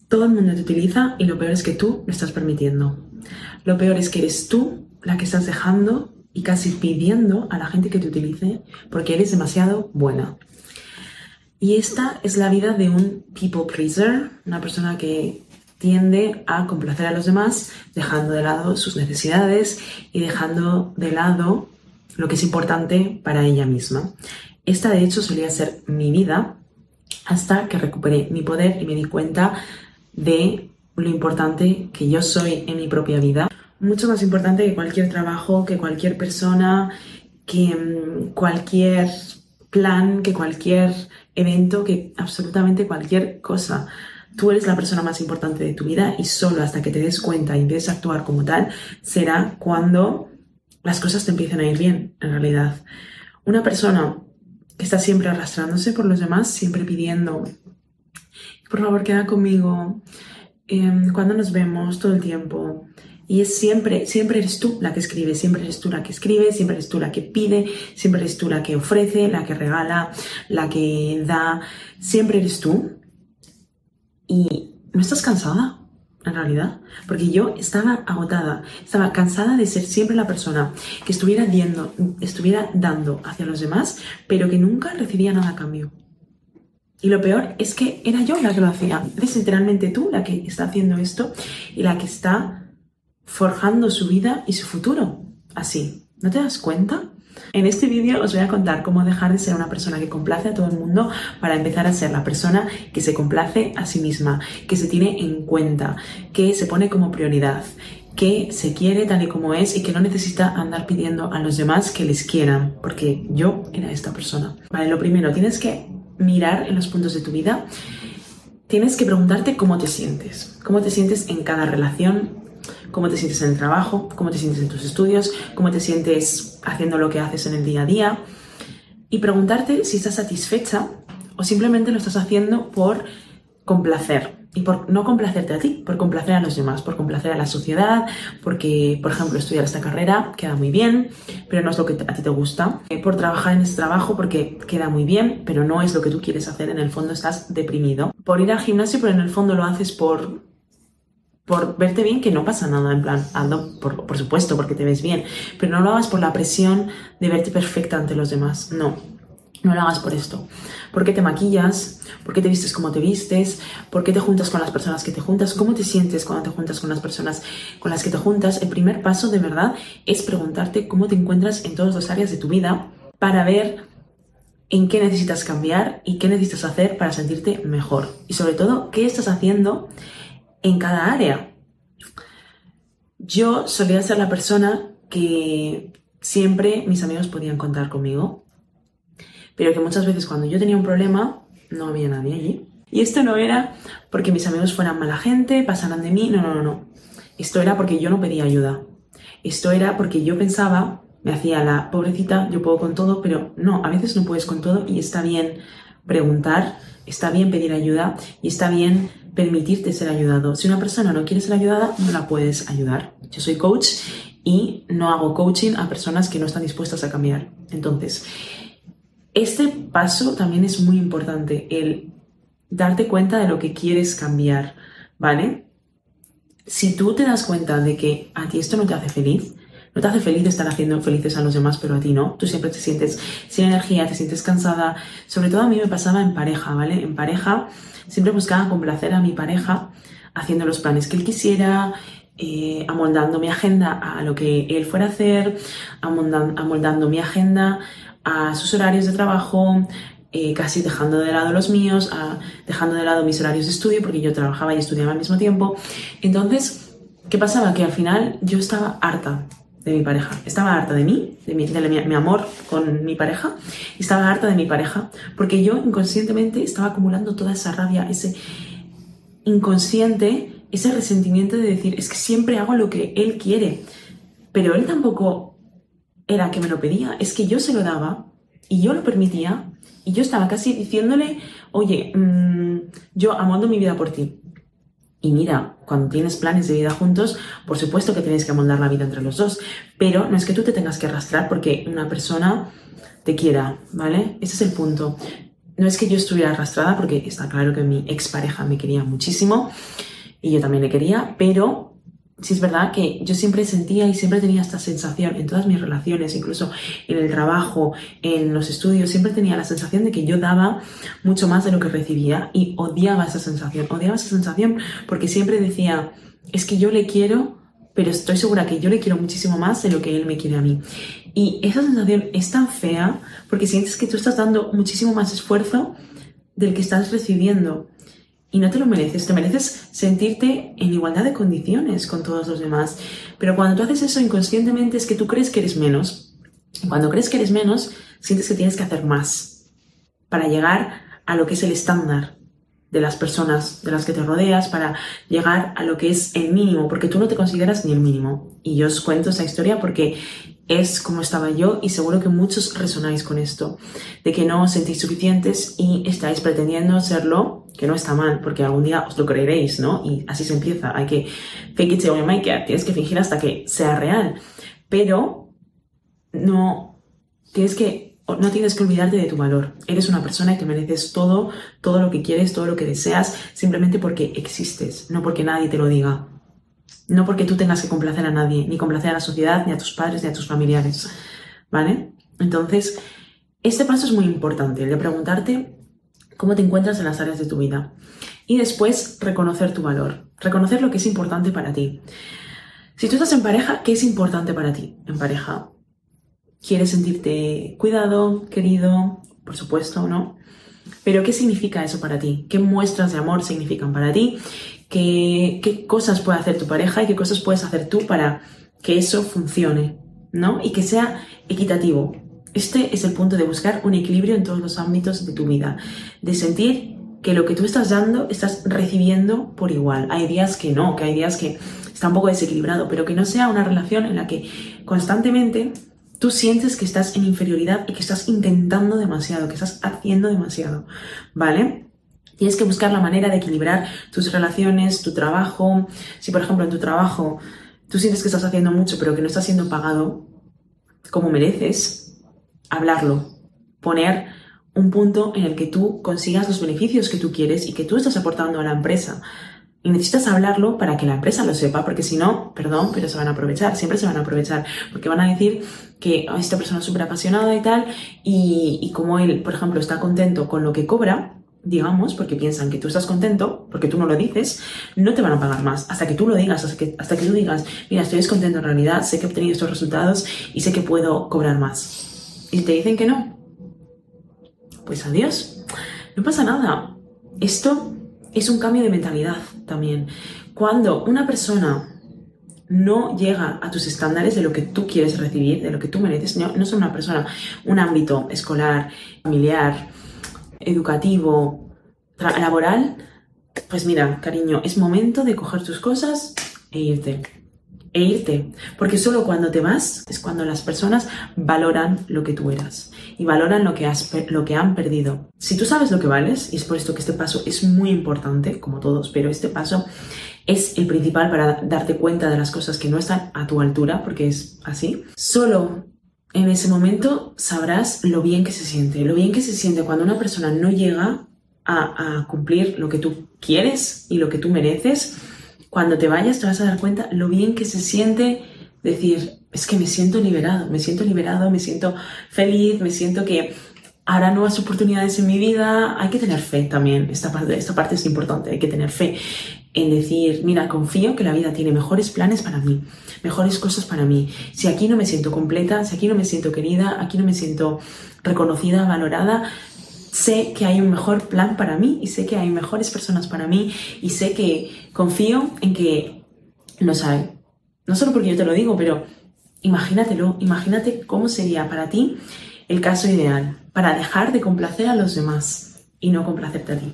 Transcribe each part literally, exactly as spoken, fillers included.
Todo el mundo te utiliza y lo peor es que tú lo estás permitiendo. Lo peor es que eres tú la que estás dejando y casi pidiendo a la gente que te utilice porque eres demasiado buena. Y esta es la vida de un people pleaser, una persona que tiende a complacer a los demás, dejando de lado sus necesidades y dejando de lado lo que es importante para ella misma. Esta, de hecho, solía ser mi vida hasta que recuperé mi poder y me di cuenta de lo importante que yo soy en mi propia vida. Mucho más importante que cualquier trabajo, que cualquier persona, que um, cualquier plan, que cualquier evento, que absolutamente cualquier cosa. Tú eres la persona más importante de tu vida y solo hasta que te des cuenta y empieces a actuar como tal será cuando las cosas te empiecen a ir bien, en realidad. Una persona que está siempre arrastrándose por los demás, siempre pidiendo, por favor, queda conmigo, eh, cuando nos vemos, todo el tiempo. Y es siempre, siempre eres tú la que escribe, siempre eres tú la que escribe, siempre eres tú la que pide, siempre eres tú la que ofrece, la que regala, la que da, siempre eres tú. Y no estás cansada, en realidad, porque yo estaba agotada, estaba cansada de ser siempre la persona que estuviera, diendo, estuviera dando hacia los demás, pero que nunca recibía nada a cambio. Y lo peor es que era yo la que lo hacía. Eres literalmente tú la que está haciendo esto y la que está forjando su vida y su futuro. Así, ¿no te das cuenta? En este vídeo os voy a contar cómo dejar de ser una persona que complace a todo el mundo para empezar a ser la persona que se complace a sí misma, que se tiene en cuenta, que se pone como prioridad, que se quiere tal y como es y que no necesita andar pidiendo a los demás que les quieran, porque yo era esta persona. Vale, lo primero, tienes que mirar en los puntos de tu vida, tienes que preguntarte cómo te sientes, cómo te sientes en cada relación, cómo te sientes en el trabajo, cómo te sientes en tus estudios, cómo te sientes haciendo lo que haces en el día a día y preguntarte si estás satisfecha o simplemente lo estás haciendo por complacer y por no complacerte a ti, por complacer a los demás, por complacer a la sociedad, porque, por ejemplo, estudiar esta carrera queda muy bien, pero no es lo que a ti te gusta, por trabajar en este trabajo porque queda muy bien, pero no es lo que tú quieres hacer, en el fondo estás deprimido, por ir al gimnasio, pero en el fondo lo haces por... por verte bien, que no pasa nada, en plan, ando, por, por supuesto, porque te ves bien, pero no lo hagas por la presión de verte perfecta ante los demás, no, no lo hagas por esto. ¿Por qué te maquillas? ¿Por qué te vistes como te vistes? ¿Por qué te juntas con las personas que te juntas? ¿Cómo te sientes cuando te juntas con las personas con las que te juntas? El primer paso, de verdad, es preguntarte cómo te encuentras en todas las áreas de tu vida para ver en qué necesitas cambiar y qué necesitas hacer para sentirte mejor. Y sobre todo, qué estás haciendo en cada área. Yo solía ser la persona que siempre mis amigos podían contar conmigo, pero que muchas veces cuando yo tenía un problema no había nadie allí. Y esto no era porque mis amigos fueran mala gente, pasaran de mí, no, no, no, no. Esto era porque yo no pedía ayuda. Esto era porque yo pensaba, me hacía la pobrecita, yo puedo con todo, pero no, a veces no puedes con todo y está bien preguntar, está bien pedir ayuda y está bien permitirte ser ayudado. Si una persona no quiere ser ayudada, no la puedes ayudar. Yo soy coach y no hago coaching a personas que no están dispuestas a cambiar. Entonces, este paso también es muy importante, el darte cuenta de lo que quieres cambiar, ¿vale? Si tú te das cuenta de que a ti esto no te hace feliz, no te hace feliz estar haciendo felices a los demás, pero a ti no. Tú siempre te sientes sin energía, te sientes cansada. Sobre todo a mí me pasaba en pareja, ¿vale? En pareja siempre buscaba complacer a mi pareja haciendo los planes que él quisiera, eh, amoldando mi agenda a lo que él fuera a hacer, amoldando, amoldando mi agenda a sus horarios de trabajo, eh, casi dejando de lado los míos, a, dejando de lado mis horarios de estudio, porque yo trabajaba y estudiaba al mismo tiempo. Entonces, ¿qué pasaba? Que al final yo estaba harta de mi pareja. Estaba harta de mí, de, mi, de mi, mi amor con mi pareja, y estaba harta de mi pareja, porque yo inconscientemente estaba acumulando toda esa rabia, ese inconsciente, ese resentimiento de decir, es que siempre hago lo que él quiere, pero él tampoco era que me lo pedía, es que yo se lo daba y yo lo permitía y yo estaba casi diciéndole, oye, mmm, yo amoldo mi vida por ti. Y mira, cuando tienes planes de vida juntos, por supuesto que tienes que amoldar la vida entre los dos, pero no es que tú te tengas que arrastrar porque una persona te quiera, ¿vale? Ese es el punto. no es que yo estuviera arrastrada, porque está claro que mi expareja me quería muchísimo y yo también le quería, pero sí es verdad que yo siempre sentía y siempre tenía esta sensación en todas mis relaciones, incluso en el trabajo, en los estudios, siempre tenía la sensación de que yo daba mucho más de lo que recibía y odiaba esa sensación, odiaba esa sensación porque siempre decía, es que yo le quiero, pero estoy segura que yo le quiero muchísimo más de lo que él me quiere a mí. Y esa sensación es tan fea porque sientes que tú estás dando muchísimo más esfuerzo del que estás recibiendo. Y no te lo mereces, te mereces sentirte en igualdad de condiciones con todos los demás. Pero cuando tú haces eso inconscientemente es que tú crees que eres menos. Y cuando crees que eres menos, sientes que tienes que hacer más para llegar a lo que es el estándar de las personas de las que te rodeas, para llegar a lo que es el mínimo, porque tú no te consideras ni el mínimo. Y yo os cuento esa historia porque es como estaba yo y seguro que muchos resonáis con esto, de que no os sentís suficientes y estáis pretendiendo serlo, que no está mal, porque algún día os lo creeréis, ¿no? Y así se empieza, hay que fake it till you make it, tienes que fingir hasta que sea real, pero no, tienes que No tienes que olvidarte de tu valor. Eres una persona y te mereces todo, todo lo que quieres, todo lo que deseas, simplemente porque existes, no porque nadie te lo diga. No porque tú tengas que complacer a nadie, ni complacer a la sociedad, ni a tus padres, ni a tus familiares, ¿vale? Entonces, este paso es muy importante, el de preguntarte cómo te encuentras en las áreas de tu vida. Y después, reconocer tu valor, reconocer lo que es importante para ti. Si tú estás en pareja, ¿qué es importante para ti en pareja? ¿Quieres sentirte cuidado, querido? Por supuesto, ¿no? Pero ¿qué significa eso para ti? ¿Qué muestras de amor significan para ti? ¿Qué, qué cosas puede hacer tu pareja y qué cosas puedes hacer tú para que eso funcione, ¿no? Y que sea equitativo. Este es el punto de buscar un equilibrio en todos los ámbitos de tu vida. De sentir que lo que tú estás dando, estás recibiendo por igual. Hay días que no, que hay días que está un poco desequilibrado, pero que no sea una relación en la que constantemente tú sientes que estás en inferioridad y que estás intentando demasiado, que estás haciendo demasiado, ¿vale? Tienes que buscar la manera de equilibrar tus relaciones, tu trabajo. Si, por ejemplo, en tu trabajo tú sientes que estás haciendo mucho pero que no estás siendo pagado como mereces, hablarlo. Poner un punto en el que tú consigas los beneficios que tú quieres y que tú estás aportando a la empresa. Y necesitas hablarlo para que la empresa lo sepa, porque si no, perdón, pero se van a aprovechar, siempre se van a aprovechar, porque van a decir que oh, esta persona es súper apasionada y tal, y, y como él, por ejemplo, está contento con lo que cobra, digamos, porque piensan que tú estás contento, porque tú no lo dices, no te van a pagar más, hasta que tú lo digas, hasta que, hasta que tú digas, mira, estoy descontento en realidad, sé que he obtenido estos resultados y sé que puedo cobrar más. Y te dicen que no, pues adiós, no pasa nada. Esto es un cambio de mentalidad también. Cuando una persona no llega a tus estándares de lo que tú quieres recibir, de lo que tú mereces, no, no solo una persona, un ámbito escolar, familiar, educativo, laboral, pues mira, cariño, es momento de coger tus cosas e irte. E irte, porque solo cuando te vas es cuando las personas valoran lo que tú eras y valoran lo que, has, lo que han perdido. Si tú sabes lo que vales, y es por esto que este paso es muy importante, como todos, pero este paso es el principal para darte cuenta de las cosas que no están a tu altura, porque es así, solo en ese momento sabrás lo bien que se siente, lo bien que se siente cuando una persona no llega a, a cumplir lo que tú quieres y lo que tú mereces. Cuando te vayas te vas a dar cuenta lo bien que se siente decir, es que me siento liberado, me siento liberado, me siento feliz, me siento que habrá nuevas oportunidades en mi vida. Hay que tener fe también, esta parte, esta parte es importante, hay que tener fe en decir, mira, confío que la vida tiene mejores planes para mí, mejores cosas para mí. Si aquí no me siento completa, si aquí no me siento querida, aquí no me siento reconocida, valorada, sé que hay un mejor plan para mí y sé que hay mejores personas para mí y sé que confío en que los hay. No solo porque yo te lo digo, pero imagínatelo, imagínate cómo sería para ti el caso ideal para dejar de complacer a los demás y no complacerte a ti.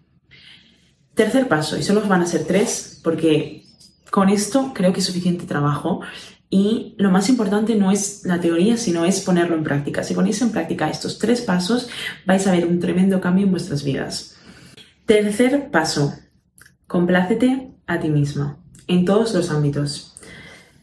Tercer paso, y solo van a ser tres porque con esto creo que es suficiente trabajo. Y lo más importante no es la teoría, sino es ponerlo en práctica. Si ponéis en práctica estos tres pasos, vais a ver un tremendo cambio en vuestras vidas. Tercer paso, complácete a ti misma, en todos los ámbitos.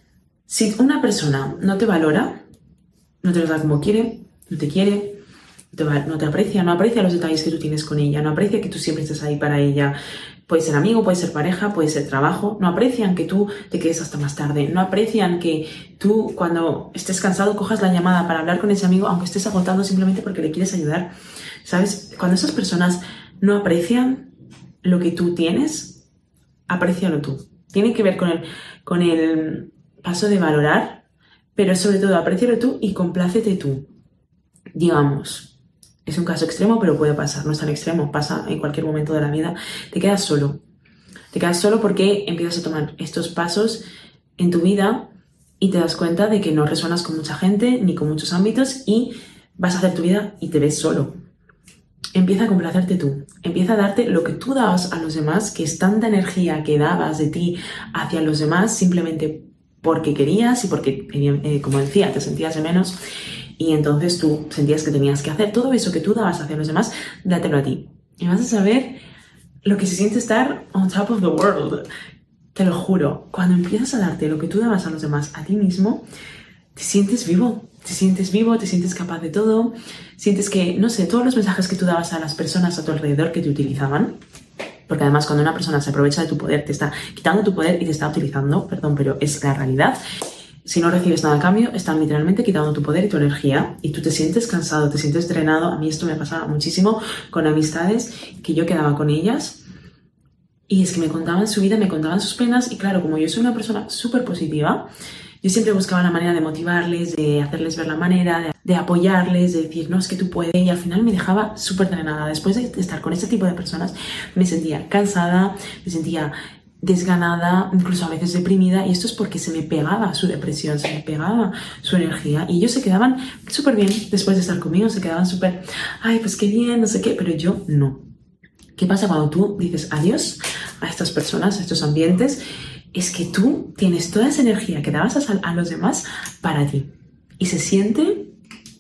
Si una persona no te valora, no te lo da como quiere, no te quiere, te va- no te aprecia, no aprecia los detalles que tú tienes con ella, no aprecia que tú siempre estés ahí para ella. Puede ser amigo, puede ser pareja, puede ser trabajo. No aprecian que tú te quedes hasta más tarde. No aprecian que tú, cuando estés cansado, cojas la llamada para hablar con ese amigo, aunque estés agotado simplemente porque le quieres ayudar. ¿Sabes? Cuando esas personas no aprecian lo que tú tienes, aprécialo tú. Tiene que ver con el, con el paso de valorar, pero sobre todo aprécialo tú y complácete tú. Digamos. Es un caso extremo, pero puede pasar, no es tan extremo, pasa en cualquier momento de la vida. Te quedas solo. Te quedas solo porque empiezas a tomar estos pasos en tu vida y te das cuenta de que no resuenas con mucha gente ni con muchos ámbitos y vas a hacer tu vida y te ves solo. Empieza a complacerte tú. Empieza a darte lo que tú dabas a los demás, que es tanta energía que dabas de ti hacia los demás simplemente porque querías y porque, eh, como decía, te sentías de menos. Y entonces tú sentías que tenías que hacer todo eso que tú dabas hacia los demás, dátelo a ti. Y vas a saber lo que se siente estar on top of the world. Te lo juro, cuando empiezas a darte lo que tú dabas a los demás a ti mismo, te sientes vivo. Te sientes vivo, te sientes capaz de todo. Sientes que, no sé, todos los mensajes que tú dabas a las personas a tu alrededor que te utilizaban. Porque además cuando una persona se aprovecha de tu poder, te está quitando tu poder y te está utilizando, perdón, pero es la realidad. Si no recibes nada a cambio, están literalmente quitando tu poder y tu energía y tú te sientes cansado, te sientes drenado. A mí esto me pasaba muchísimo con amistades que yo quedaba con ellas y es que me contaban su vida, me contaban sus penas y claro, como yo soy una persona súper positiva, yo siempre buscaba la manera de motivarles, de hacerles ver la manera, de, de apoyarles, de decir, no, es que tú puedes. Y al final me dejaba súper drenada. Después de estar con este tipo de personas, me sentía cansada, me sentía desganada, incluso a veces deprimida, y esto es porque se me pegaba su depresión, se me pegaba su energía, y ellos se quedaban súper bien después de estar conmigo, se quedaban súper, ay, pues qué bien, no sé qué, pero yo no. ¿Qué pasa cuando tú dices adiós a estas personas, a estos ambientes? Es que tú tienes toda esa energía que dabas a, a los demás para ti, y se siente,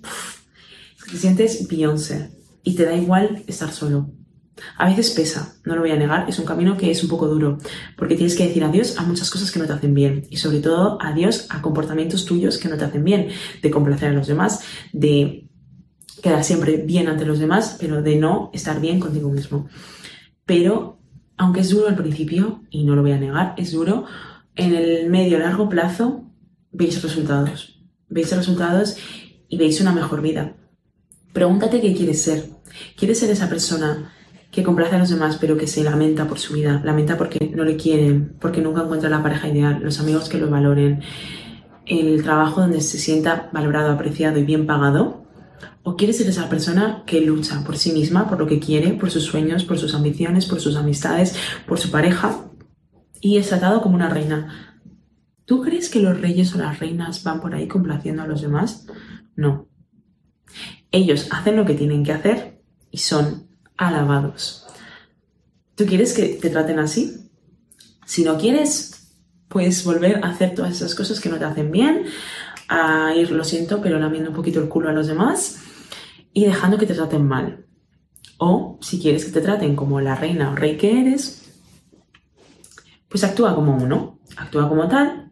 se sientes Beyoncé, y te da igual estar solo. A veces pesa, no lo voy a negar, es un camino que es un poco duro, porque tienes que decir adiós a muchas cosas que no te hacen bien y sobre todo adiós a comportamientos tuyos que no te hacen bien, de complacer a los demás, de quedar siempre bien ante los demás, pero de no estar bien contigo mismo. Pero, aunque es duro al principio, y no lo voy a negar, es duro, en el medio largo plazo veis resultados, veis resultados y veis una mejor vida. Pregúntate qué quieres ser. ¿Quieres ser esa persona que complace a los demás pero que se lamenta por su vida, lamenta porque no le quieren, porque nunca encuentra la pareja ideal, los amigos que lo valoren, el trabajo donde se sienta valorado, apreciado y bien pagado? ¿O quieres ser esa persona que lucha por sí misma, por lo que quiere, por sus sueños, por sus ambiciones, por sus amistades, por su pareja y es tratado como una reina? ¿Tú crees que los reyes o las reinas van por ahí complaciendo a los demás? No. Ellos hacen lo que tienen que hacer y son alabados. ¿Tú quieres que te traten así? Si no quieres, puedes volver a hacer todas esas cosas que no te hacen bien, a ir, lo siento, pero lamiendo un poquito el culo a los demás y dejando que te traten mal. O, si quieres que te traten como la reina o rey que eres, pues actúa como uno, actúa como tal,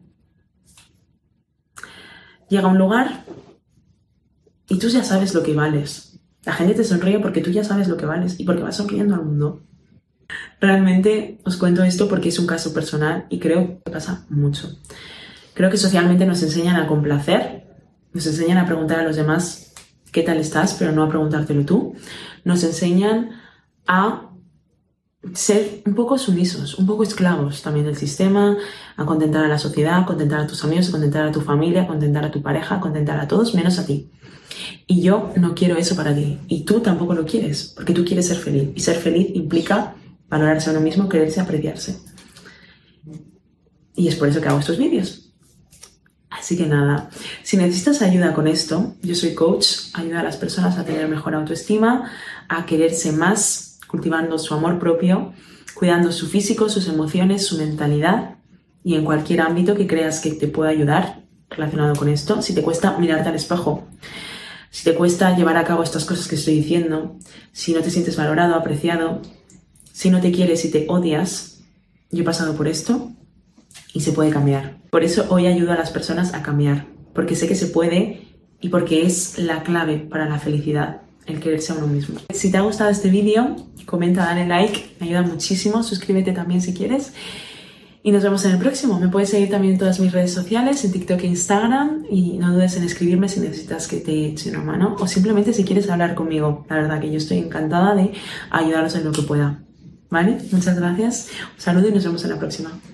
llega a un lugar y tú ya sabes lo que vales. La gente te sonríe porque tú ya sabes lo que vales y porque vas sonriendo al mundo. Realmente os cuento esto porque es un caso personal y creo que pasa mucho. Creo que socialmente nos enseñan a complacer, nos enseñan a preguntar a los demás qué tal estás, pero no a preguntártelo tú. Nos enseñan a ser un poco sumisos, un poco esclavos también del sistema, a contentar a la sociedad, a contentar a tus amigos, a contentar a tu familia, a contentar a tu pareja, a contentar a todos menos a ti. Y yo no quiero eso para ti. Y tú tampoco lo quieres, porque tú quieres ser feliz. Y ser feliz implica valorarse a uno mismo, quererse, apreciarse. Y es por eso que hago estos vídeos. Así que nada, si necesitas ayuda con esto, yo soy coach, ayuda a las personas a tener mejor autoestima, a quererse más, cultivando su amor propio, cuidando su físico, sus emociones, su mentalidad y en cualquier ámbito que creas que te pueda ayudar relacionado con esto. Si te cuesta mirarte al espejo, si te cuesta llevar a cabo estas cosas que estoy diciendo, si no te sientes valorado, apreciado, si no te quieres y te odias, yo he pasado por esto y se puede cambiar. Por eso hoy ayudo a las personas a cambiar, porque sé que se puede y porque es la clave para la felicidad. el quererse a uno mismo. Si te ha gustado este vídeo, comenta, dale like, me ayuda muchísimo. Suscríbete también si quieres. Y nos vemos en el próximo. Me puedes seguir también en todas mis redes sociales, en TikTok e Instagram. Y no dudes en escribirme si necesitas que te eche una mano o simplemente si quieres hablar conmigo. La verdad que yo estoy encantada de ayudaros en lo que pueda. ¿Vale? Muchas gracias. Un saludo y nos vemos en la próxima.